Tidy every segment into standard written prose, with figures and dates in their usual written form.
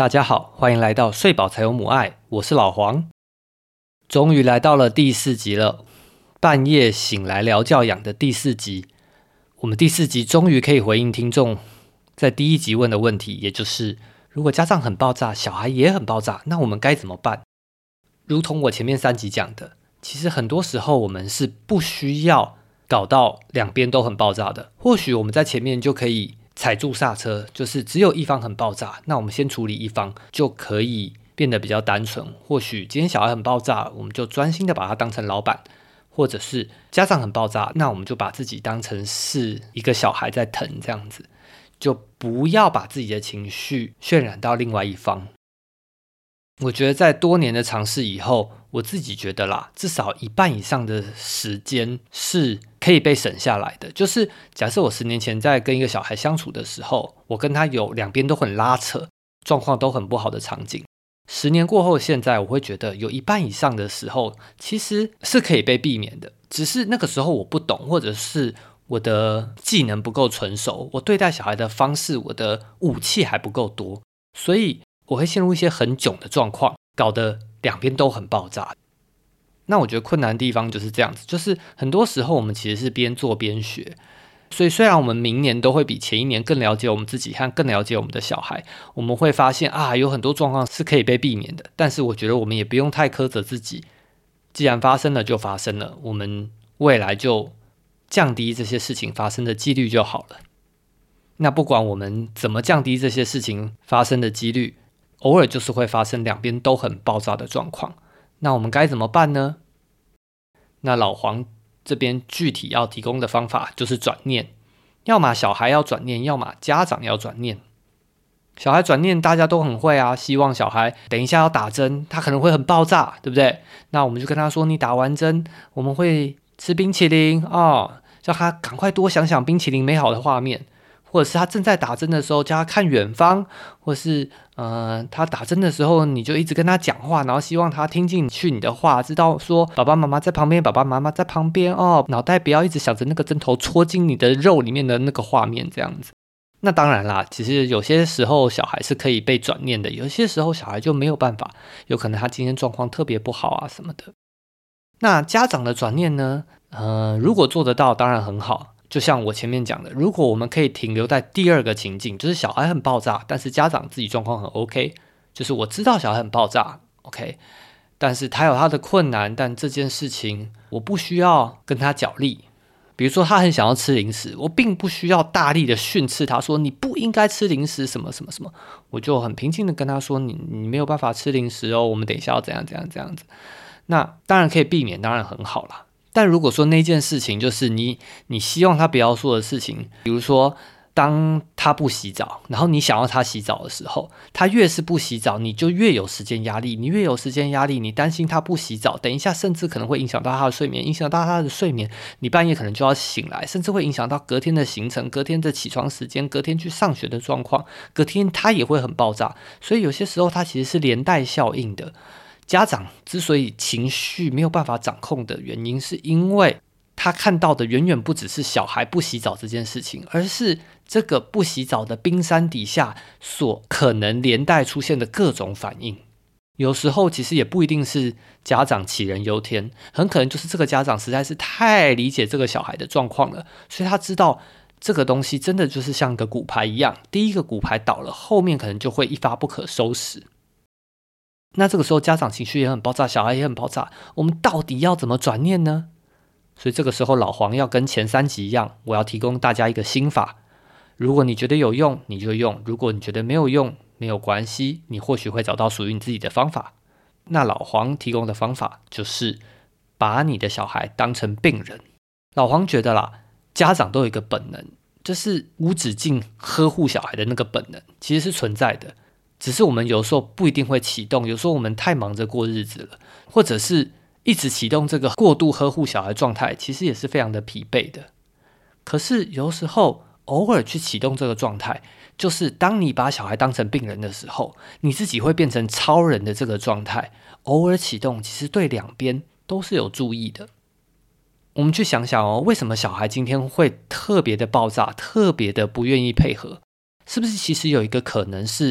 大家好，欢迎来到睡饱才有母爱，我是老黄。终于来到了第4集了，半夜醒来聊教养的第4集。我们第4集终于可以回应听众在第1集问的问题，也就是如果家长很爆炸，小孩也很爆炸，那我们该怎么办？如同我前面3集讲的，其实很多时候我们是不需要搞到两边都很爆炸的，或许我们在前面就可以踩住刹车，就是只有一方很爆炸，那我们先处理一方就可以变得比较单纯。或许今天小孩很爆炸，我们就专心的把他当成老板，或者是家长很爆炸，那我们就把自己当成是一个小孩在疼，这样子就不要把自己的情绪渲染到另外一方。我觉得在多年的尝试以后，我自己觉得啦，至少1半以上的时间是可以被省下来的。就是假设我10年前在跟一个小孩相处的时候，我跟他有两边都很拉扯，状况都很不好的场景，10年过后，现在我会觉得有1半以上的时候其实是可以被避免的，只是那个时候我不懂，或者是我的技能不够纯熟，我对待小孩的方式，我的武器还不够多，所以我会陷入一些很囧的状况，搞得两边都很爆炸。那我觉得困难的地方就是这样子，就是很多时候我们其实是边做边学，所以虽然我们明年都会比前1年更了解我们自己和更了解我们的小孩，我们会发现有很多状况是可以被避免的，但是我觉得我们也不用太苛责自己，既然发生了就发生了，我们未来就降低这些事情发生的几率就好了。那不管我们怎么降低这些事情发生的几率，偶尔就是会发生两边都很爆炸的状况，那我们该怎么办呢？那老黄这边具体要提供的方法就是转念，要么小孩要转念，要么家长要转念。小孩转念大家都很会啊，希望小孩等一下要打针，他可能会很爆炸，对不对？那我们就跟他说，你打完针我们会吃冰淇淋叫他赶快多想想冰淇淋美好的画面，或者是他正在打针的时候叫他看远方，或是他打针的时候你就一直跟他讲话，然后希望他听进去你的话，知道说爸爸妈妈在旁边，爸爸妈妈在旁边脑袋不要一直想着那个针头戳进你的肉里面的那个画面这样子。那当然啦，其实有些时候小孩是可以被转念的，有些时候小孩就没有办法，有可能他今天状况特别不好什么的。那家长的转念呢，如果做得到当然很好，就像我前面讲的，如果我们可以停留在第2个情境，就是小孩很爆炸，但是家长自己状况很 OK， 就是我知道小孩很爆炸 OK， 但是他有他的困难，但这件事情我不需要跟他角力。比如说他很想要吃零食，我并不需要大力的训斥他说你不应该吃零食什么什么什么，我就很平静的跟他说你没有办法吃零食我们等一下要怎样怎样这样子。那当然可以避免，当然很好啦。但如果说那件事情就是你希望他不要做的事情，比如说当他不洗澡，然后你想要他洗澡的时候，他越是不洗澡，你就越有时间压力，你越有时间压力，你担心他不洗澡，等一下甚至可能会影响到他的睡眠，影响到他的睡眠，你半夜可能就要醒来，甚至会影响到隔天的行程，隔天的起床时间，隔天去上学的状况，隔天他也会很爆炸。所以有些时候他其实是连带效应的。家长之所以情绪没有办法掌控的原因，是因为他看到的远远不只是小孩不洗澡这件事情，而是这个不洗澡的冰山底下所可能连带出现的各种反应。有时候其实也不一定是家长杞人忧天，很可能就是这个家长实在是太理解这个小孩的状况了，所以他知道这个东西真的就是像个骨牌一样，第一个骨牌倒了，后面可能就会一发不可收拾。那这个时候家长情绪也很爆炸，小孩也很爆炸，我们到底要怎么转念呢？所以这个时候老黄要跟前3集一样，我要提供大家一个心法。如果你觉得有用你就用，如果你觉得没有用没有关系，你或许会找到属于你自己的方法。那老黄提供的方法就是把你的小孩当成病人。老黄觉得啦，家长都有一个本能，就是无止境呵护小孩的那个本能其实是存在的，只是我们有时候不一定会启动，有时候我们太忙着过日子了，或者是一直启动这个过度呵护小孩状态，其实也是非常的疲惫的。可是有时候偶尔去启动这个状态，就是当你把小孩当成病人的时候，你自己会变成超人的这个状态，偶尔启动其实对两边都是有注意的。我们去想想为什么小孩今天会特别的爆炸，特别的不愿意配合，是不是其实有一个可能是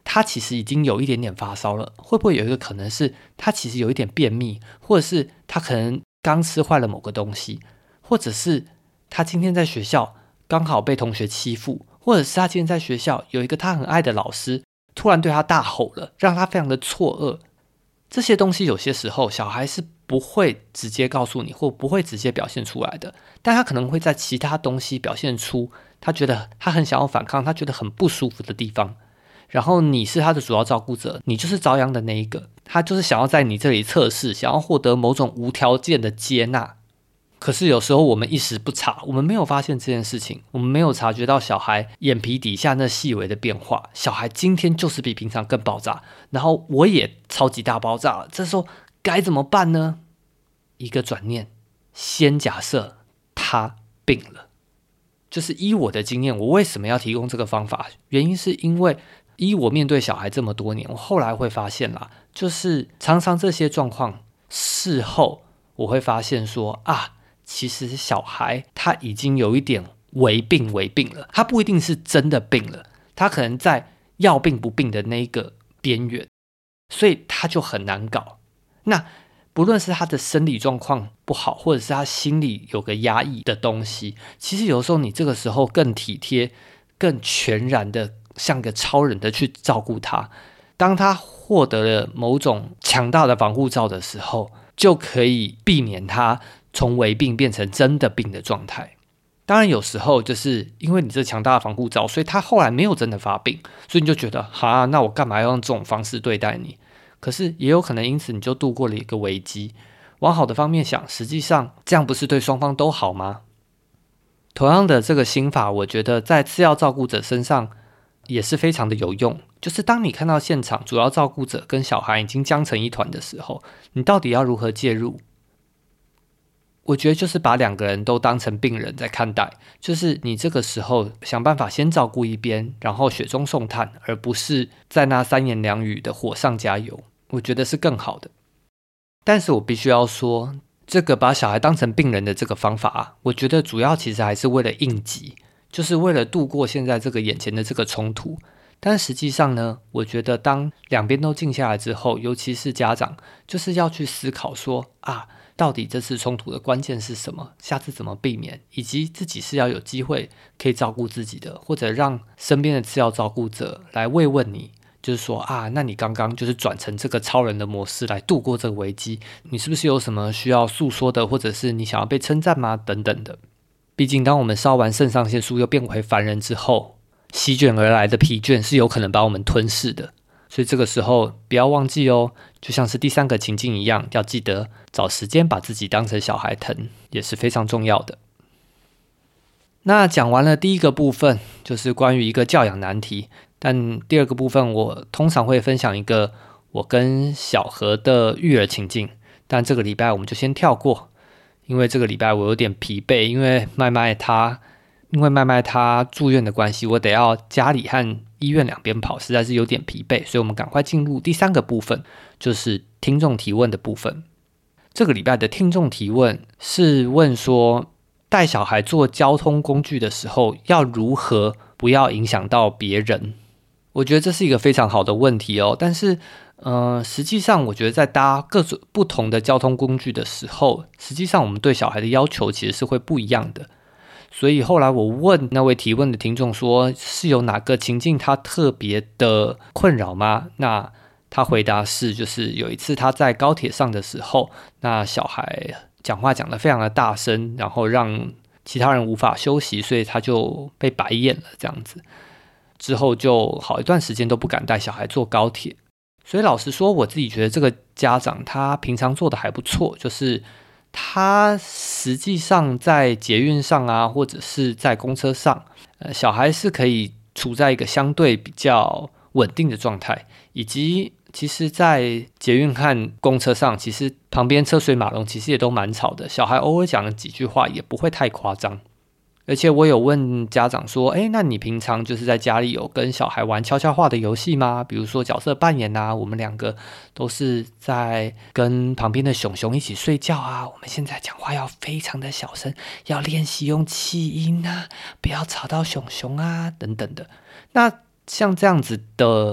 他其实已经有一点点发烧了，会不会有一个可能是他其实有一点便秘，或者是他可能刚吃坏了某个东西，或者是他今天在学校刚好被同学欺负，或者是他今天在学校有一个他很爱的老师突然对他大吼了，让他非常的错愕。这些东西有些时候小孩是不会直接告诉你，或不会直接表现出来的，但他可能会在其他东西表现出他觉得他很想要反抗，他觉得很不舒服的地方。然后你是他的主要照顾者，你就是遭殃的那一个，他就是想要在你这里测试，想要获得某种无条件的接纳。可是有时候我们一时不察，我们没有发现这件事情，我们没有察觉到小孩眼皮底下那细微的变化。小孩今天就是比平常更爆炸，然后我也超级大爆炸了，这时候该怎么办呢？一个转念，先假设他病了。就是依我的经验，我为什么要提供这个方法？原因是因为依我面对小孩这么多年，我后来会发现啦，就是常常这些状况事后我会发现说其实小孩他已经有一点为病了，他不一定是真的病了，他可能在要病不病的那个边缘，所以他就很难搞。那不论是他的生理状况不好，或者是他心里有个压抑的东西，其实有时候你这个时候更体贴、更全然的像个超人的去照顾他，当他获得了某种强大的防护罩的时候，就可以避免他从微病变成真的病的状态。当然有时候就是因为你这强大的防护罩，所以他后来没有真的发病，所以你就觉得那我干嘛要用这种方式对待你？可是也有可能因此你就度过了一个危机。往好的方面想，实际上这样不是对双方都好吗？同样的这个心法，我觉得在次要照顾者身上也是非常的有用。就是当你看到现场主要照顾者跟小孩已经僵成一团的时候，你到底要如何介入？我觉得就是把两个人都当成病人在看待，就是你这个时候想办法先照顾一边，然后雪中送炭，而不是在那三言两语的火上加油，我觉得是更好的。但是我必须要说，这个把小孩当成病人的这个方法我觉得主要其实还是为了应急，就是为了度过现在这个眼前的这个冲突。但实际上呢，我觉得当两边都静下来之后，尤其是家长，就是要去思考说到底这次冲突的关键是什么？下次怎么避免？以及自己是要有机会可以照顾自己的，或者让身边的次要照顾者来慰问你，就是说那你刚刚就是转成这个超人的模式来度过这个危机，你是不是有什么需要诉说的，或者是你想要被称赞吗？等等的。毕竟当我们烧完肾上腺素又变回凡人之后，席卷而来的疲倦是有可能把我们吞噬的。所以这个时候不要忘记就像是第三个情境一样，要记得找时间把自己当成小孩疼，也是非常重要的。那讲完了第一个部分，就是关于一个教养难题，但第二个部分我通常会分享一个我跟小何的育儿情境，但这个礼拜我们就先跳过，因为这个礼拜我有点疲惫，因为麦麦他住院的关系，我得要家里和医院两边跑，实在是有点疲惫，所以我们赶快进入第三个部分，就是听众提问的部分。这个礼拜的听众提问是问说，带小孩坐交通工具的时候要如何不要影响到别人？我觉得这是一个非常好的问题但是实际上我觉得在搭各种不同的交通工具的时候，实际上我们对小孩的要求其实是会不一样的。所以后来我问那位提问的听众说，是有哪个情境他特别的困扰吗？那他回答是，就是有一次他在高铁上的时候，那小孩讲话讲得非常的大声，然后让其他人无法休息，所以他就被白眼了这样子。之后就好一段时间都不敢带小孩坐高铁。所以老实说，我自己觉得这个家长他平常做的还不错，就是他实际上在捷运上或者是在公车上，小孩是可以处在一个相对比较稳定的状态，以及其实在捷运和公车上，其实旁边车水马龙其实也都蛮吵的，小孩偶尔讲了几句话也不会太夸张。而且我有问家长说，那你平常就是在家里有跟小孩玩悄悄话的游戏吗？比如说角色扮演我们两个都是在跟旁边的熊熊一起睡觉我们现在讲话要非常的小声，要练习用气音不要吵到熊熊等等的。那像这样子的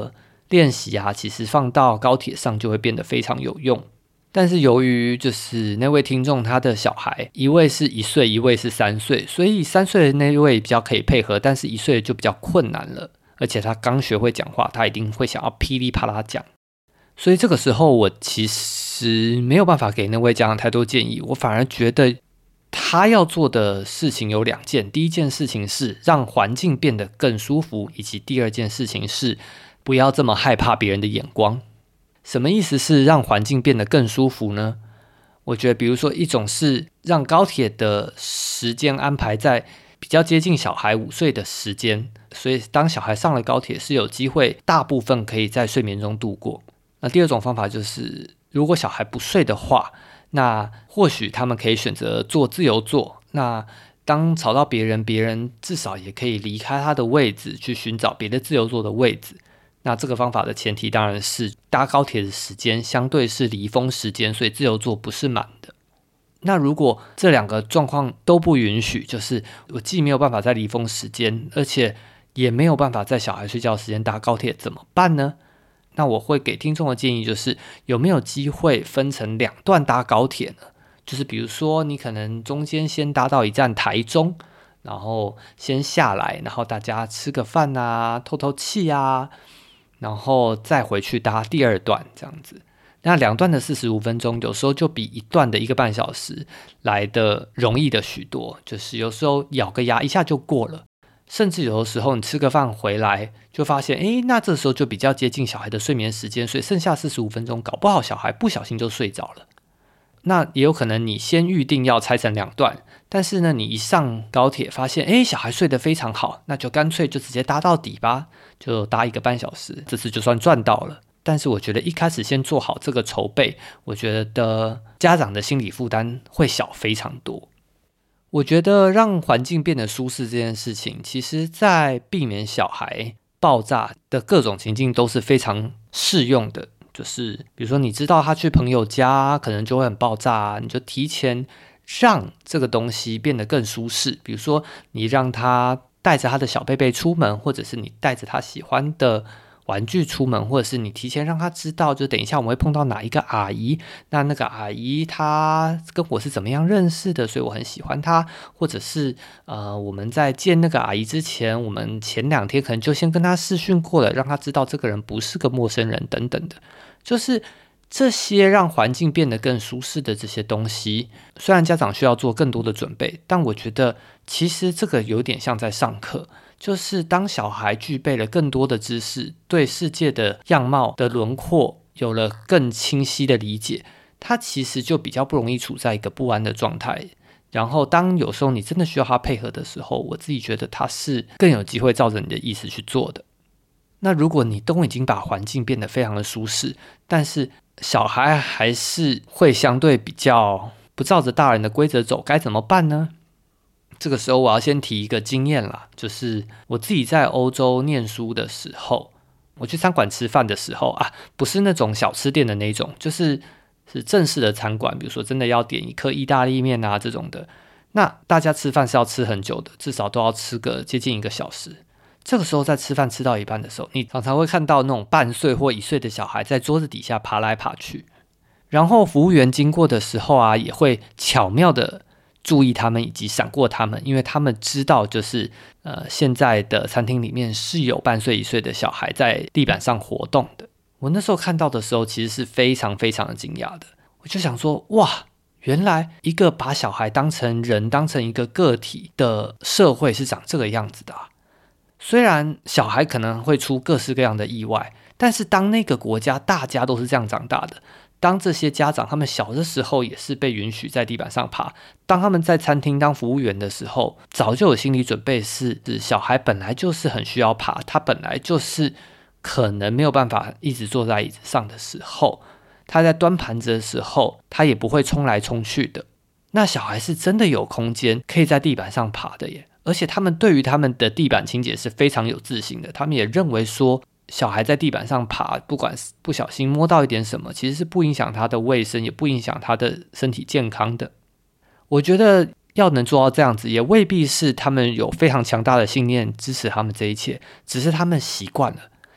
练习啊，其实放到高铁上就会变得非常有用。但是由于就是那位听众他的小孩一位是1岁，一位是3岁，所以3岁的那位比较可以配合，但是1岁的就比较困难了。而且他刚学会讲话，他一定会想要噼里啪啦讲。所以这个时候我其实没有办法给那位家长太多建议，我反而觉得他要做的事情有2件。第一件事情是让环境变得更舒服，以及第二件事情是不要这么害怕别人的眼光。什么意思是让环境变得更舒服呢？我觉得比如说一种是让高铁的时间安排在比较接近小孩5岁的时间，所以当小孩上了高铁是有机会大部分可以在睡眠中度过。那第二种方法就是如果小孩不睡的话，那或许他们可以选择坐自由座，那当吵到别人，别人至少也可以离开他的位置去寻找别的自由座的位置。那这个方法的前提当然是搭高铁的时间相对是离峰时间，所以自由座不是满的。那如果这2个状况都不允许，就是我既没有办法在离峰时间，而且也没有办法在小孩睡觉时间搭高铁，怎么办呢？那我会给听众的建议就是有没有机会分成2段搭高铁呢？就是比如说你可能中间先搭到一站台中，然后先下来，然后大家吃个饭啊，透透气啊，然后再回去搭第2段这样子。那2段的45分钟有时候就比1段的1个半小时来的容易的许多，就是有时候咬个牙一下就过了。甚至有的时候你吃个饭回来就发现那这时候就比较接近小孩的睡眠时间，所以剩下45分钟搞不好小孩不小心就睡着了。那也有可能你先预定要拆成2段，但是呢你一上高铁发现小孩睡得非常好，那就干脆就直接搭到底吧，就搭1个半小时，这次就算赚到了。但是我觉得一开始先做好这个筹备，我觉得家长的心理负担会小非常多。我觉得让环境变得舒适这件事情，其实在避免小孩爆炸的各种情境都是非常适用的。就是比如说你知道他去朋友家可能就会很爆炸，你就提前让这个东西变得更舒适。比如说你让他带着他的小贝贝出门，或者是你带着他喜欢的玩具出门，或者是你提前让他知道就等一下我们会碰到哪一个阿姨，那个阿姨她跟我是怎么样认识的，所以我很喜欢她，或者是我们在见那个阿姨之前，我们前2天可能就先跟她视讯过了，让她知道这个人不是个陌生人等等的。就是这些让环境变得更舒适的这些东西，虽然家长需要做更多的准备，但我觉得其实这个有点像在上课，就是当小孩具备了更多的知识，对世界的样貌的轮廓有了更清晰的理解，他其实就比较不容易处在一个不安的状态。然后当有时候你真的需要他配合的时候，我自己觉得他是更有机会照着你的意思去做的。那如果你都已经把环境变得非常的舒适，但是小孩还是会相对比较不照着大人的规则走，该怎么办呢？这个时候我要先提一个经验啦，就是我自己在欧洲念书的时候，我去餐馆吃饭的时候不是那种小吃店的那种，是正式的餐馆，比如说真的要点一颗意大利面啊这种的，那大家吃饭是要吃很久的，至少都要吃个接近1个小时。这个时候在吃饭吃到一半的时候，你常常会看到那种半岁或1岁的小孩在桌子底下爬来爬去，然后服务员经过的时候也会巧妙的注意他们以及闪过他们，因为他们知道就是现在的餐厅里面是有半岁1岁的小孩在地板上活动的。我那时候看到的时候其实是非常非常的惊讶的，我就想说哇，原来一个把小孩当成人当成一个个体的社会是长这个样子的虽然小孩可能会出各式各样的意外，但是当那个国家大家都是这样长大的，当这些家长他们小的时候也是被允许在地板上爬，当他们在餐厅当服务员的时候，早就有心理准备是小孩本来就是很需要爬，他本来就是可能没有办法一直坐在椅子上的时候，他在端盘子的时候他也不会冲来冲去的。那小孩是真的有空间可以在地板上爬的耶，而且他们对于他们的地板清洁是非常有自信的，他们也认为说小孩在地板上爬，不管不小心摸到一点什么，其实是不影响他的卫生，也不影响他的身体健康的。我觉得要能做到这样子，也未必是他们有非常强大的信念支持他们这一切，只是他们习惯了，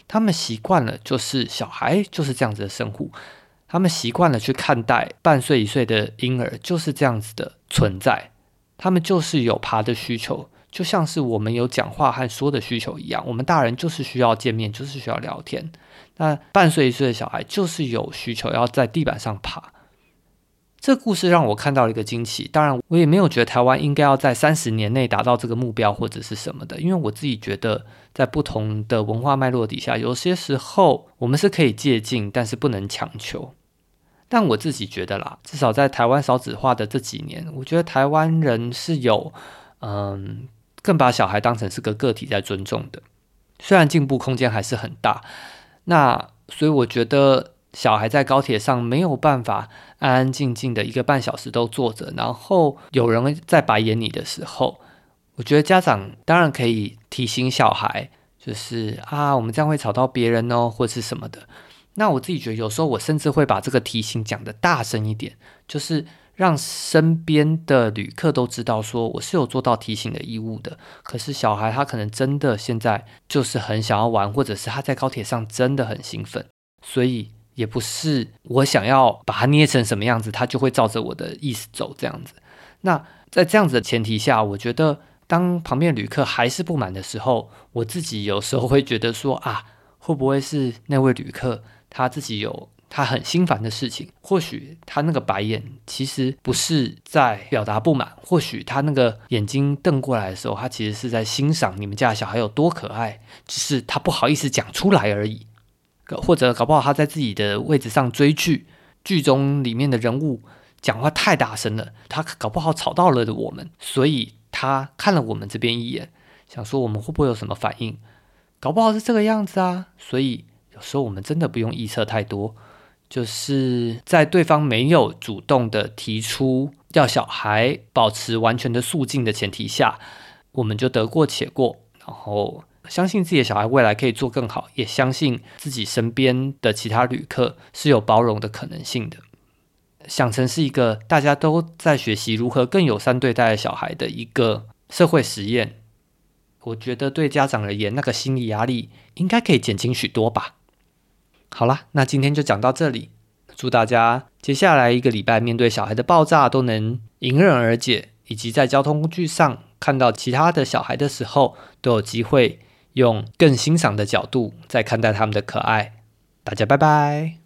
他们习惯了就是小孩就是这样子的生物，他们习惯了去看待半岁1岁的婴儿就是这样子的存在，他们就是有爬的需求，就像是我们有讲话和说的需求一样，我们大人就是需要见面，就是需要聊天，那半岁1岁的小孩就是有需求要在地板上爬。这个故事让我看到了一个惊奇，当然我也没有觉得台湾应该要在30年内达到这个目标或者是什么的，因为我自己觉得在不同的文化脉络底下，有些时候我们是可以借鉴，但是不能强求。但我自己觉得啦，至少在台湾少子化的这几年，我觉得台湾人是有更把小孩当成是个个体在尊重的，虽然进步空间还是很大。那所以我觉得小孩在高铁上没有办法安安静静的1个半小时都坐着，然后有人在白眼你的时候，我觉得家长当然可以提醒小孩，就是我们这样会吵到别人哦，或是什么的。那我自己觉得有时候我甚至会把这个提醒讲得大声一点，就是让身边的旅客都知道说我是有做到提醒的义务的。可是小孩他可能真的现在就是很想要玩，或者是他在高铁上真的很兴奋，所以也不是我想要把它捏成什么样子，他就会照着我的意思走这样子。那在这样子的前提下，我觉得当旁边旅客还是不满的时候，我自己有时候会觉得说会不会是那位旅客他自己有他很心烦的事情，或许他那个白眼其实不是在表达不满，或许他那个眼睛瞪过来的时候，他其实是在欣赏你们家的小孩有多可爱，只是他不好意思讲出来而已。或者搞不好他在自己的位置上追剧，剧中里面的人物讲话太大声了，他搞不好吵到了我们，所以他看了我们这边一眼，想说我们会不会有什么反应，搞不好是这个样子啊。所以有时候我们真的不用臆测太多，就是在对方没有主动的提出要小孩保持完全的肃静的前提下，我们就得过且过，然后相信自己的小孩未来可以做更好，也相信自己身边的其他旅客是有包容的可能性的，想成是一个大家都在学习如何更友善对待小孩的一个社会实验。我觉得对家长而言，那个心理压力应该可以减轻许多吧。好啦，那今天就讲到这里，祝大家接下来1个礼拜面对小孩的爆炸都能迎刃而解，以及在交通工具上看到其他的小孩的时候，都有机会用更欣赏的角度在看待他们的可爱。大家拜拜。